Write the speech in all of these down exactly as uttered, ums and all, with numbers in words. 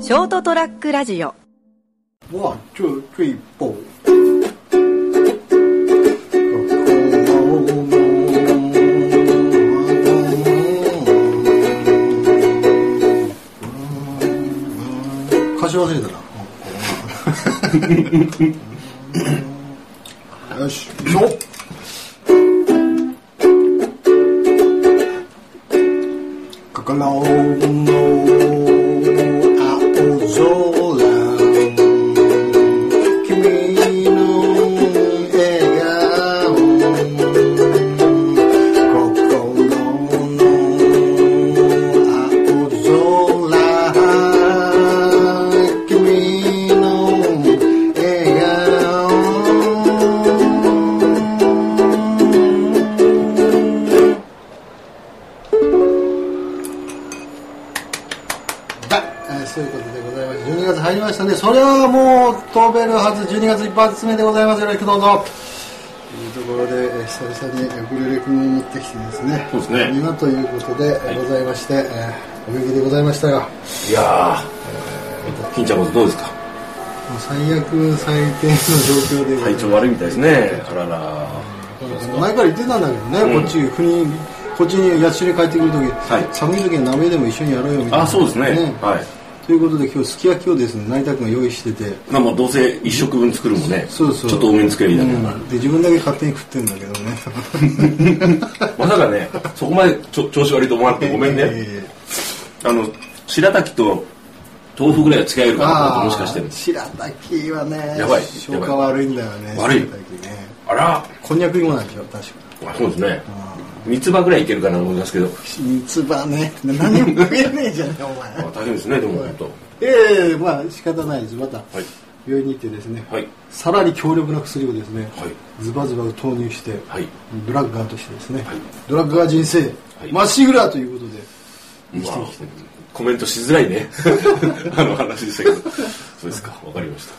ショートトラックラジオ。 哇，这这一波。歌詞忘れたな。よし、行こう。心の青空、君の笑顔、心の青空、君の笑顔。そういうことでございます。じゅうにがつ入りましたね。それはもう飛べるはず。じゅうにがつ一発目でございます。よろしくどうぞ。というところで、えー、久々にウクレレ君を持ってきてですね。 そうですね。 今ということで、はい、ございまして、えー、お元気でございましたが。 いやー、えー、金ちゃんことどうですか。 もう最悪最低の状況で。 体調悪いみたいですね。あらら。 前から言ってたんだけどね、うん、こっち不妊。こっちに八代に帰ってくるとき、はい、寒いときに鍋でも一緒にやろうよみたいな、ね。 あ、そうですね。はい。 ということで今日すき焼きをですね、成田君が用意してて。 まあもうどうせ一食分作るもんね。 そうそう。 ちょっと多めに作りだけど、うん。 で自分だけ勝手に食ってるんだけどね。 まさかね、そこまでちょ調子悪いと思わなくてごめんね。えー、あの白滝と豆腐ぐらいは違えるかなともしかして。 白滝はね。 やばい。 消化悪いんだよね。 悪い。 白滝ね。 あら。 こんにゃく芋なんでしょ確か。 あ、そうですね。三つ葉ぐらいいけるかなと思いますけど。 三つ葉ね。何も食えねえじゃねえお前。 大変ですねでも本当。 ええー、まあ仕方ないです。また、はい、病院に行ってですね、はい、さらに強力な薬をですね、はい、ズバズバ投入して、はい、ドラッガーとしてですね、はい、ドラッガー人生まっしぐらということで生きてきてる、まあ、 コメントしづらいねあの話でしたけどそうですか、わかりました。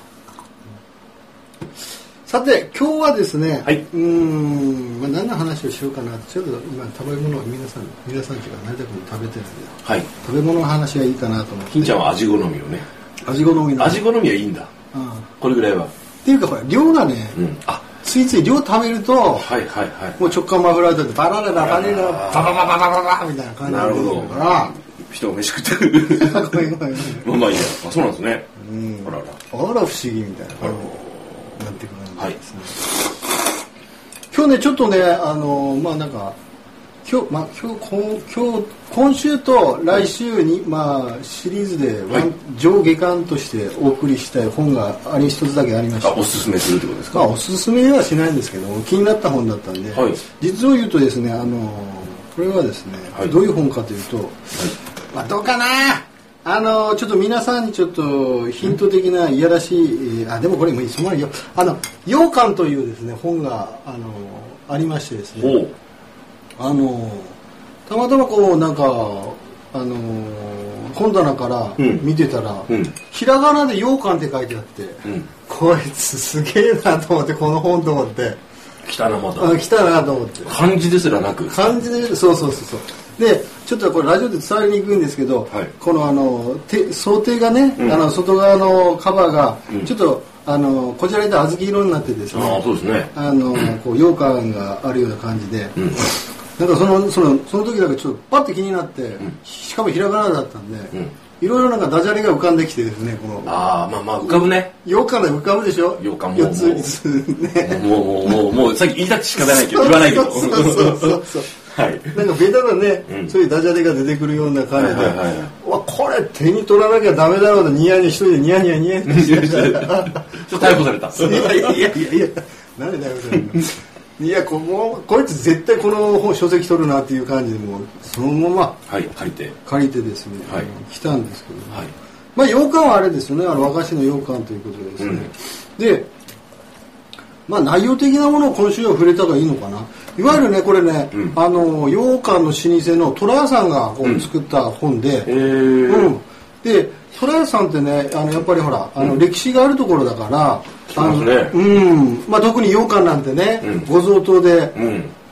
さて今日はですね、 はい、 うーん、まあ、何の話をしようかな。ちょっと今食べ物を皆さん皆さんちが成田君食べてるんで、はい、食べ物の話がいいかなと思って。 金ちゃんは味好みをね。 味好みの味好みはいいんだ、うん、これぐらいは。 っていうかほら量がね、うん、あついつい量食べると、 はいはいはい、もう直感マフラーだってバラララバレラババババババババみたいな感じで出てくるから人が飯食ってるごめんごめんまあまあいいや。あ、そうなんですね、うん、あららあら不思議みたいな感じなってくるんですね、はい、今日ねちょっとねあのまあなんか今日まあ今日今日今週と来週に、うん、まあシリーズでワン、はい、上下巻としてお送りしたい本があり一つだけありました。 あ、おすすめするってことですか。 まあおすすめはしないんですけど気になった本だったんで、はい、実を言うとですねあのこれはですね、はい、どういう本かというと、はい、まあどうかなあのちょっと皆さんにちょっとヒント的ないやらしい、えー、あでもこれもいいその前にあの羊羹というですね本があのありましてですね。あのたまたまこうなんかあの本棚から見てたら、うん、ひらがなで羊羹って書いてあって、うん、こいつすげえなと思ってこの本と思って来たなまた来たなと思って漢字ですらなく漢字でそうそうそうそうでちょっとこれラジオで伝わりにくいんですけど、はい、このあの手想定がね、うん、あの外側のカバーがちょっと、うんあのこちらで小豆色になってですね。 あ、そうですね。 あのこう羊羹があるような感じで、うん、なんかそのそのその時だけちょっとパッと気になって、うん、しかもひらがなだったんで、うん、いろいろなんかダジャレが浮かんできてですね、このああまあまあ浮かぶね。 羊羹で浮かぶでしょ。 羊羹もよっつね。 もうもうもうもうさっき言いたく仕方ないけど言わないけど。 そうそうそうそう。はい、なんかベタなね、うん、そういうダジャレが出てくるような感じで、はいはいはい、わこれ手に取らなきゃダメだろうとニヤニヤ一人でニヤニヤニヤニヤしてたらちょっと逮捕された。 いやいやいやいやなんで逮捕されるのいやこもこいつ絶対この本書籍取るなっていう感じでもうそのまま、 はい、借りて借りてですね、はい、来たんですけど、はい、まあ羊羹はあれですよねあの和菓子の羊羹ということでですね、うん、でまあ内容的なものを今週は触れた方がいいのかな。いわゆるねこれね、うん、あの羊羹の老舗の虎屋さんがこう作った本で、うんうん、で虎屋さんってねあのやっぱりほらあの歴史があるところだから、 あの、ね、 うんまあ、特に羊羹なんてね、うん、ご贈答で、うん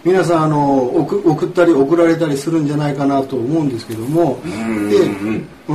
皆さんあの 送, 送ったり送られたりするんじゃないかなと思うんですけども、で、うんうん、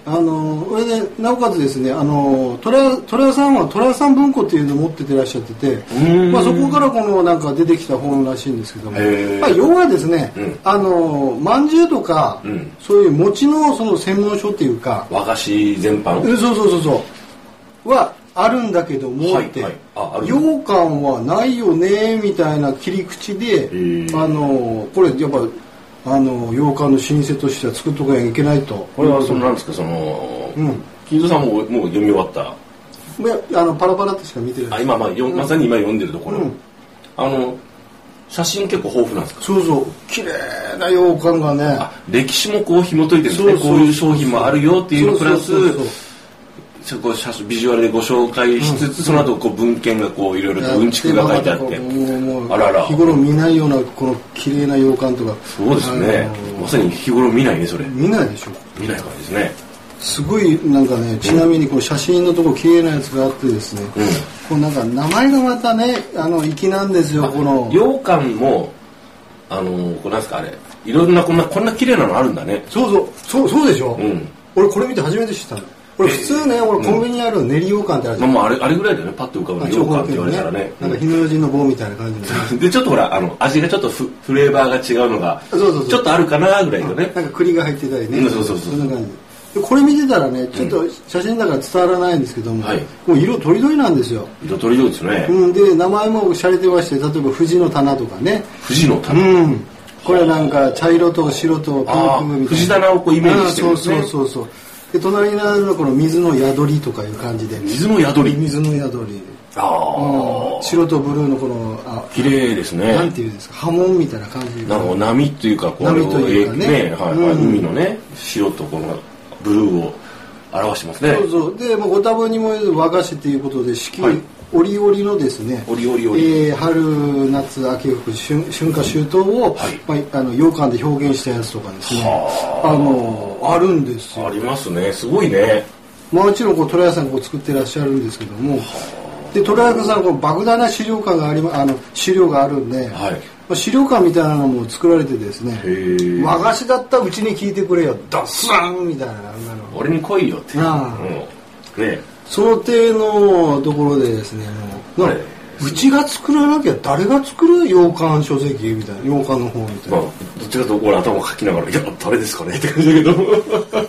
あのそれでなおかつですね、あの虎屋さんは虎屋さん文庫っていうのを持っててらっしゃってて、まあ、そこからこのなんか出てきた本らしいんですけども、まあ、要はですね、うん、あのまんじゅうとか、うん、そういう餅のその専門書っていうか和菓子全般、 そうそうそうそうはあるんだけども、はいはい、あ羊羹はないよねみたいな切り口で、あのこれやっぱあの羊羹の老舗としては作っとかなきゃいけないと。 これはそのなんですか、その、うん、金蔵さんももう読み終わった？ いや、あのパラパラとしか見てない。 あ、今まあ、うん、まさに今読んでるところ、うん、あの写真結構豊富なんですか？ そうそう、綺麗な羊羹がね。あ、 歴史もこう紐解いてるんですね。そうそうそうそう、こういう商品もあるよっていうのプラス。そうそうそうそう、ビジュアルでご紹介しつつ、うん、その後こう文献がこういろいろとうんちくが書いてあって、 あらら日頃見ないようなこの綺麗な羊羹とか。 そうですね、まさに日頃見ないね、それ。 見ないでしょ。 見ない感じですね。 すごいなんかね、ちなみにこう写真のとこ綺麗なやつがあってですね、うん、こうなんか名前がまたね、あの粋なんですよ。この羊羹もあのこうなんですか、あれいろんなこんなこんな綺麗なのあるんだね。 そうそうそうそうでしょ、うん、俺これ見て初めて知ったの。これ普通ね、俺コンビニにある練り羊羹ってあるじゃん。 まあ、あれあれぐらいだよね、パッと浮かぶ羊羹って言われたらね。 なんか火の用心の棒みたいな感じで。でちょっとほらあの味がちょっとフフレーバーが違うのがそうそうそう、ちょっとあるかなぐらいのね。 なんか栗が入ってたりね。 うん、そうそうそう。 そんな感じ。でこれ見てたらね、ちょっと写真だから伝わらないんですけども、はい、もう色とりどりなんですよ。 色とりどりですね。 うん、で名前も洒落てまして、例えば富士の棚とかね。 富士の棚。 うん。これなんか茶色と白とピンクみたいな。 富士棚をこうイメージしてるんですね。 そうそうそうそう。で隣にあるのこの水の宿りとかいう感じで。 水の宿り。 水の宿り。 ああ、 うん。白とブルーのこのあ綺麗ですね。 なんていうんですか、波紋みたいな感じ。 なんか波というかこう波というかね、 ね、はいはい、うん、海のね白とこのブルーを表してますね。 そうそう。で、まあ、ご多分にも和菓子ということで四季、はい、折々のですね、 折々折々、 えー、春夏秋冬春春夏秋冬を、はい、まあ、あの羊羹で表現したやつとかですね、あのあるんですよ。 ありますね。すごいね。 もちろんこう虎屋さんこう作ってらっしゃるんですけども、で虎屋さんこう莫大な資料館がありあの資料があるんで、はい、まあ、資料館みたいなのも作られてですね、和菓子だったらうちに聞いてくれよ、ダッサンみたいなの。 俺に来いよって。ああ、ね、その手のところでですね、もううちが作らなきゃ誰が作る羊羹書籍みたいな、羊羹の方みたいな。まあ、 どっちかと俺頭かきながら、いや誰ですかねって感じだけど。おい、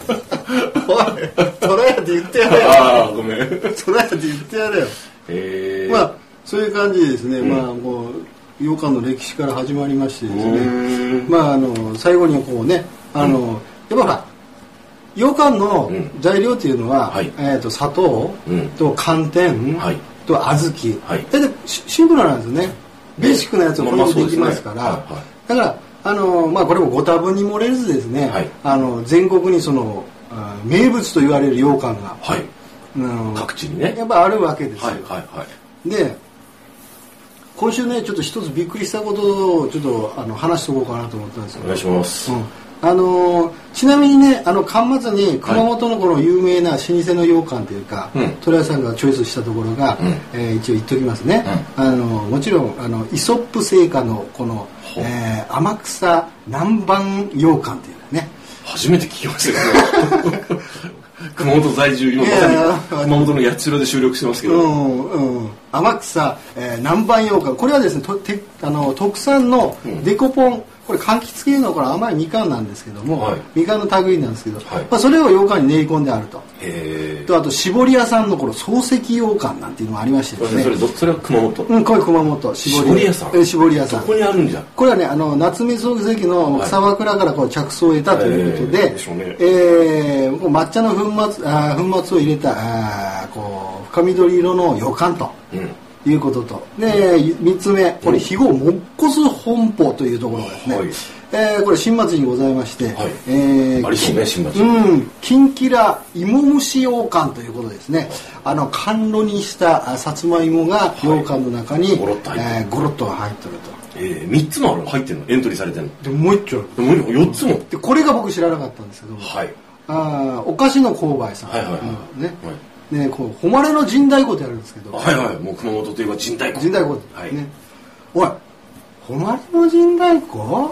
トラヤって言ってやれよ。 ああ、ごめん。 トラヤって言ってやれよ。へえ。まあそういう感じですね。うん、まあもう羊羹の歴史から始まりましてですね。まああの最後にこうね、あの、うん、やっぱほら。羊羹の材料っていうのは、うん、はい、えー、と砂糖、うん、と寒天、はい、と小豆、はい、大体シンプルなんですよね。ベーシックなやつをこれでできますから、まあまあね、はいはい、だからあの、まあ、これもご多分に漏れずですね、はい、あの全国にその名物と言われる羊羹が、はい、 うん、各地にねやっぱあるわけですよ。 はいはいはい、 で今週ねちょっと一つびっくりしたことをちょっとあの話しておこうかなと思ったんですよ。 お願いします。うん、 あのちなみにね、あの巻末に熊本のこの有名な老舗の羊羹というか、はい、虎屋さんがチョイスしたところが、うん、えー、一応言っておきますね、うん、あのもちろんあのイソップ製菓のこの、えー、天草南蛮羊羹というね、 初めて聞きましたけど熊本在住、今まさに熊本の八代で収録してますけど、 うんうん、天草、えー、南蛮羊羹、これはですねとてあの特産のデコポン、うん、これ柑橘系のこれ甘いみかんなんですけども、はい、みかんの類なんですけど、はい、まあ、それを羊羹に練り込んであると。へとあと絞り屋さんのこの漱石羊羹なんていうのもありましてですね。 それどそれは熊本。 うん、これ熊本絞り屋さん。 え絞り屋さん。 どこにあるんじゃ。 これはねあの夏目漱石の草枕からこう着想を得たということで、はい、えーえー、抹茶の粉末あ粉末を入れたあこう深緑色の羊羹と。うん、いうことと、でみっつめこれ肥後もっこす本舗というところがですね、はい、えー、これ新松にございまして、はい、 えー、ありそうね新松、 うん、キンキラ芋蒸し羊羹ということですね。あの甘露にしたさつまいもが羊羹の中に、はい、ゴロッと入ってる、えー、ゴロッと入ってると。 えー、みっつもあるの入ってるのエントリーされてるのでもういっちょあるもうよっつもでこれが僕知らなかったんですけど、はい、あお菓子の購買さん、はいはいはい、うん、ね、はいね、こう誉れの神代湖ってあるんですけど、 はいはい、もう熊本といえば神代湖神代湖、はい、ね、おい誉れの陣太鼓、はい、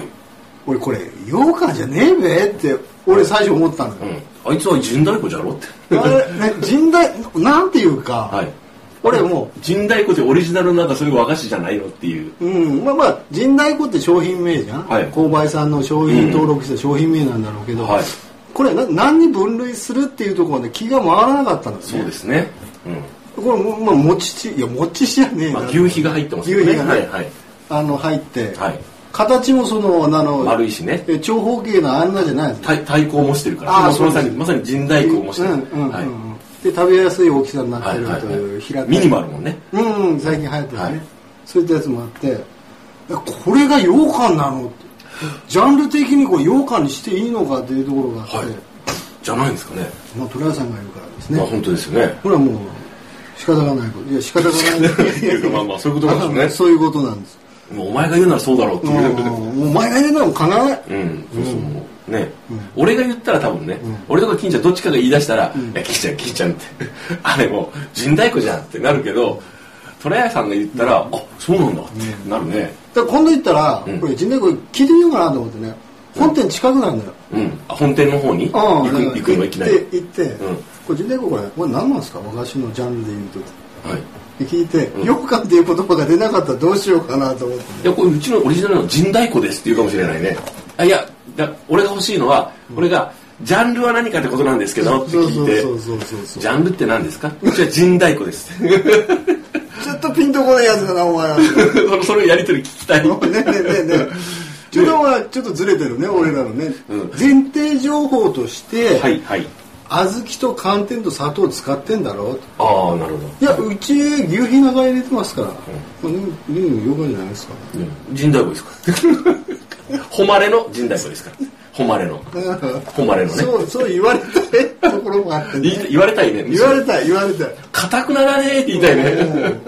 俺これ羊羹じゃねえべって俺最初思ったのよ、 うん、あいつは陣太鼓じゃろってあれ、ね、陣太なんていうか、はい、俺もう陣太鼓ってオリジナルなんかそういう和菓子じゃないのっていう、 うんまあまあ陣太鼓って商品名じゃん、はい、購買さんの商品登録した商品名なんだろうけど、うんはい、これな何に分類するっていうところまで気が回らなかったんですね。 そうですね、 うん、これまあもちちいやもちちじゃねえな、まあ、 牛皮が入ってますよね。 牛皮がね、 はいはい、 あの入って、はい、形もそのあの丸いしね、 長方形のあんなじゃないですね。太鼓を模してるから。あそまさにまさに陣太鼓を模してる。うんうんうんはい、 で食べやすい大きさになってるという平たい、 ミニマルもね。 うん、うん、最近流行ってるね、はい。そういったやつもあって、これが羊羹なのって、ジャンル的にこう羊羹にしていいのかっていうところがあって、はい、 じゃないんですかね。 まあ虎屋さんがいるからですね。 まあ本当ですよね。 これはもう仕方がないこと。いや仕方がないまあまあそういうことなんですね。 そういうことなんです。 もうお前が言うならそうだろうっていう。 もうお前が言うならもうかなわない。 うん。そうそう。うんね、うん、俺が言ったら多分ね、うん、俺とか金ちゃんどっちかが言い出したら、うん、いや金ちゃん金ちゃんってあれもう陣太鼓じゃんってなるけど、虎屋さんが言ったら、うん、あそうなんだってなるね。 だから今度言ったら、うん、これ陣太鼓聞いてみようかなと思ってね、本店近くなんだよ。 うん。あ本店の方に行く行くのいきなり。 行って、うん、これ陣太鼓これこれ何なんですか和菓子のジャンルで言うと。はい。聞いて、羊羹っていう言葉が出なかったらどうしようかなと思って、ね、 いやこれうちのオリジナルの陣太鼓ですって言うかもしれないね。あいやだ俺が欲しいのは、うん、俺がジャンルは何かってことなんですけどって聞いて、ジャンルって何ですか？うちは陣太鼓ですちょっとピンとこないやつだなお前はそのやり取り聞きたいねねねねねちょっとお前ちょっとずれてるね、うん、俺らのね、うん、前提情報としてはいはい小豆と寒天と砂糖を使ってんだろうと。 ああなるほど。 いやうち牛皮長入れてますから、うん、これね羊羹じゃないですか、 うん、陣太鼓ですか誉れの陣太鼓ですから誉れの誉れのねそうそう言われたいところもあってね言われたいね言われたい言われたい硬くならねえって言いたいね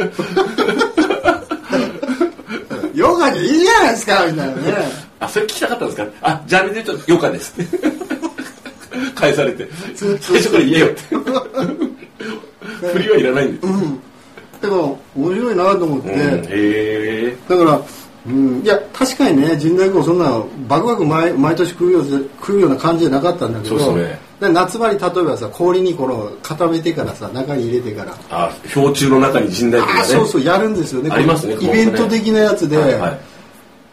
ヨガでいいじゃないですかみたいなねあそれ聞きたかったんですか。あジャンルで言うとヨガです返されて最初から言えよって振りはいらないんです、うん、 だから面白いなと思って、うん、 へえだから、うん、いや確かにね陣太鼓そんなバクバク 毎, 毎年食うよう食うような感じじゃなかったんだけどそうですね。で夏場に例えばさ氷にこの固めてからさ中に入れてからあ氷柱の中に陣太鼓がねあそうそうやるんですよねありますねイベント的なやつで、 はいはい、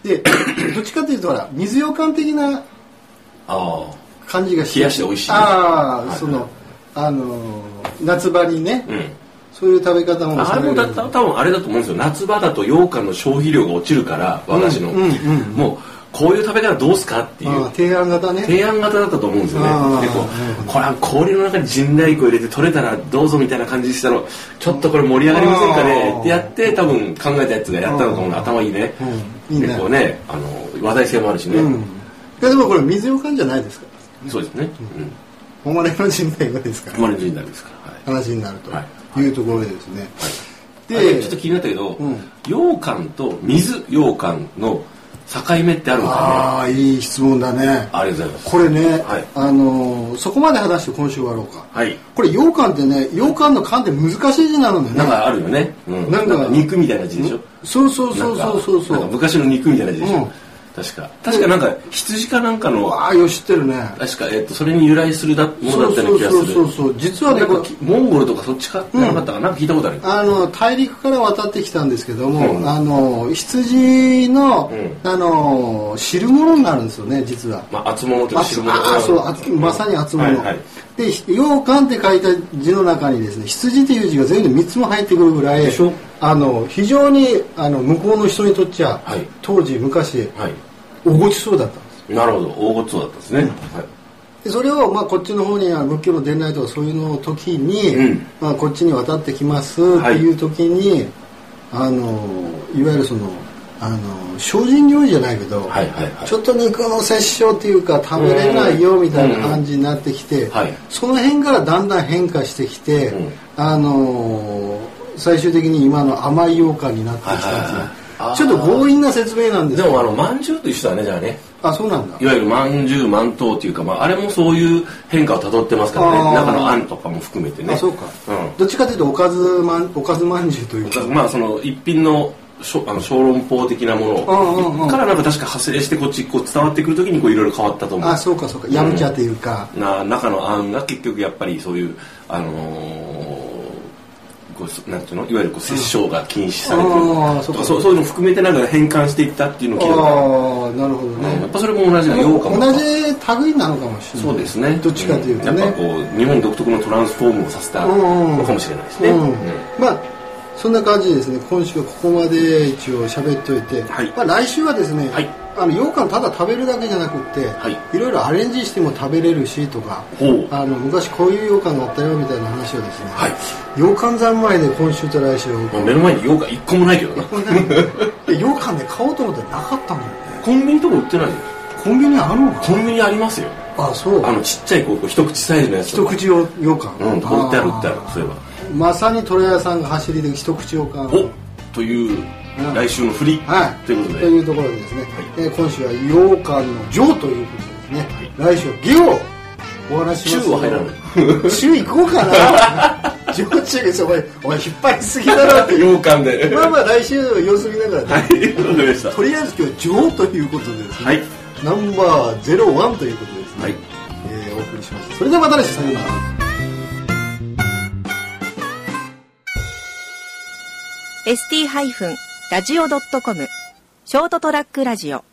でどっちかというとほら水羊羹的なああ感じがして冷やして美味しい、ね、 ああ、はいはい、そのあの夏場にね、うん、そういう食べ方もあれもだ多分あれだと思うんですよ。夏場だと羊羹の消費量が落ちるから和菓子の、うんうんうん、もうこういう食べ方どうすかっていう提案型ね提案型だったと思うんですよね。でこうこれは氷の中に陣太鼓入れて取れたらどうぞみたいな感じでしたのちょっとこれ盛り上がりませんかねってやって多分考えたやつがやったのかも頭いいね、うん、いいね結構ねあの話題性もあるしね、うん、いやでもこれ水羊羹じゃないですか。 そうですね。 うん、誉れの陣太鼓ですから、ね。 誉れの陣太鼓ですから。 はい、話になるというところでですね。 はい、でちょっと気になったけど、うん、羊羹と水羊羹の境目ってあるのかね。 ああいい質問だね。 ありがとうございます。 これね、はい、あのー、そこまで話して今週終わろうか。はい。これ羊羹ってね羊羹の羹って難しい字なのね。 なんかあるよね。うん、なんか肉みたいな字でしょ。 そうそうそうそうそうそう。 昔の肉みたいな字でしょ。うん確か確かなんか羊かなんかのああよ知ってるね確か、えっと、それに由来するだものだったような気がする。 そうそうそうそう実はねこれモンゴルとかそっちかってなかったかな、うん、聞いたことある。 あの大陸から渡ってきたんですけども、うん、あの羊の、うん、あの汁物になるんですよね実は。 まあ厚物というか汁物ああそうまさに厚物、うんはいはい、で羊羹って書いた字の中にですね羊っていう字が全部でみっつも入ってくるぐらいあの非常にあの向こうの人にとっちゃ、はい、当時昔、はい、大ごちそうだったんです。 なるほど大ごちそうだったんですね、うんはい、 でそれを、まあ、こっちの方には仏教の伝来とかそういうの時に、うんまあ、こっちに渡ってきますっていう時に、はい、あのいわゆるそのあの精進料理じゃないけど、はいはいはい、ちょっと肉の摂取っていうか食べれないよみたいな感じになってきて、うんうんはい、その辺からだんだん変化してきて、うん、あの最終的に今の甘い羊羹になってきたっていう、はいはいはい、ちょっと強引な説明なんですけどでもあのまんじゅうと一緒だねじゃあね。 あそうなんだ。 いわゆるまんじゅうまんとうっていうか、まあ、あれもそういう変化をたどってますからね中のあんとかも含めてね。 あそうか、うん、どっちかというとおかずまんおかずまんじゅうというかまあその一品のあの小籠包的なものからなんか確か派生してこっちこう伝わってくるときにいろいろ変わったと思う。 あ、そうかそうか、やむちゃというか、 うん、な中のあんが結局やっぱりそういうあのーこうなんていうのいわゆるこう殺生が禁止されてるとか、そうそういうのを含めてなんか変換していったっていうのを聞いたから、ああ、 なるほどね、 うん、やっぱそれも同じな羊羹も同じ類なのかもしれない。 そうですね、 どっちかというとね、 うん、やっぱこう日本独特のトランスフォームをさせたのかもしれないですね、うんうんうん、 まあそんな感じでですね、今週はここまで一応喋っといて、はい、まあ、来週はですね、はい、あの羊羹ただ食べるだけじゃなくって、はい、いろいろアレンジしても食べれるしとか、あの昔こういう羊羹があったよみたいな話をですね、はい、羊羹三昧で今週と来週目の前に羊羹一個もないけどな羊羹で買おうと思ってなかったもんね。 コンビニとか売ってないよ。 コンビニあるのか。 コンビニありますよ。 あ、そう。 あのちっちゃいこう一口サイズのやつとか、一口羊羹、うん、 売ってある売ってある。そういえばまさに虎屋さんが走りで一口羊羹おという来週の振り、 はい、 ということで、 というところでですね、はい、えー、今週は羊羹の上ということですね、はい、来週は下をお話しします。 中は入らない中行こうかな上中ですよ、お前お前引っ張りすぎだなって羊羹でまあまあ来週様子見ながら、ね、 はい、わかりました。 とりあえず今日は上ということでですね、はい、ナンバーゼロワンということでですね、はい、えー、お送りしました。それではまた来週、さようなら。 エスティー ラジオ ドットコム ショートトラックラジオ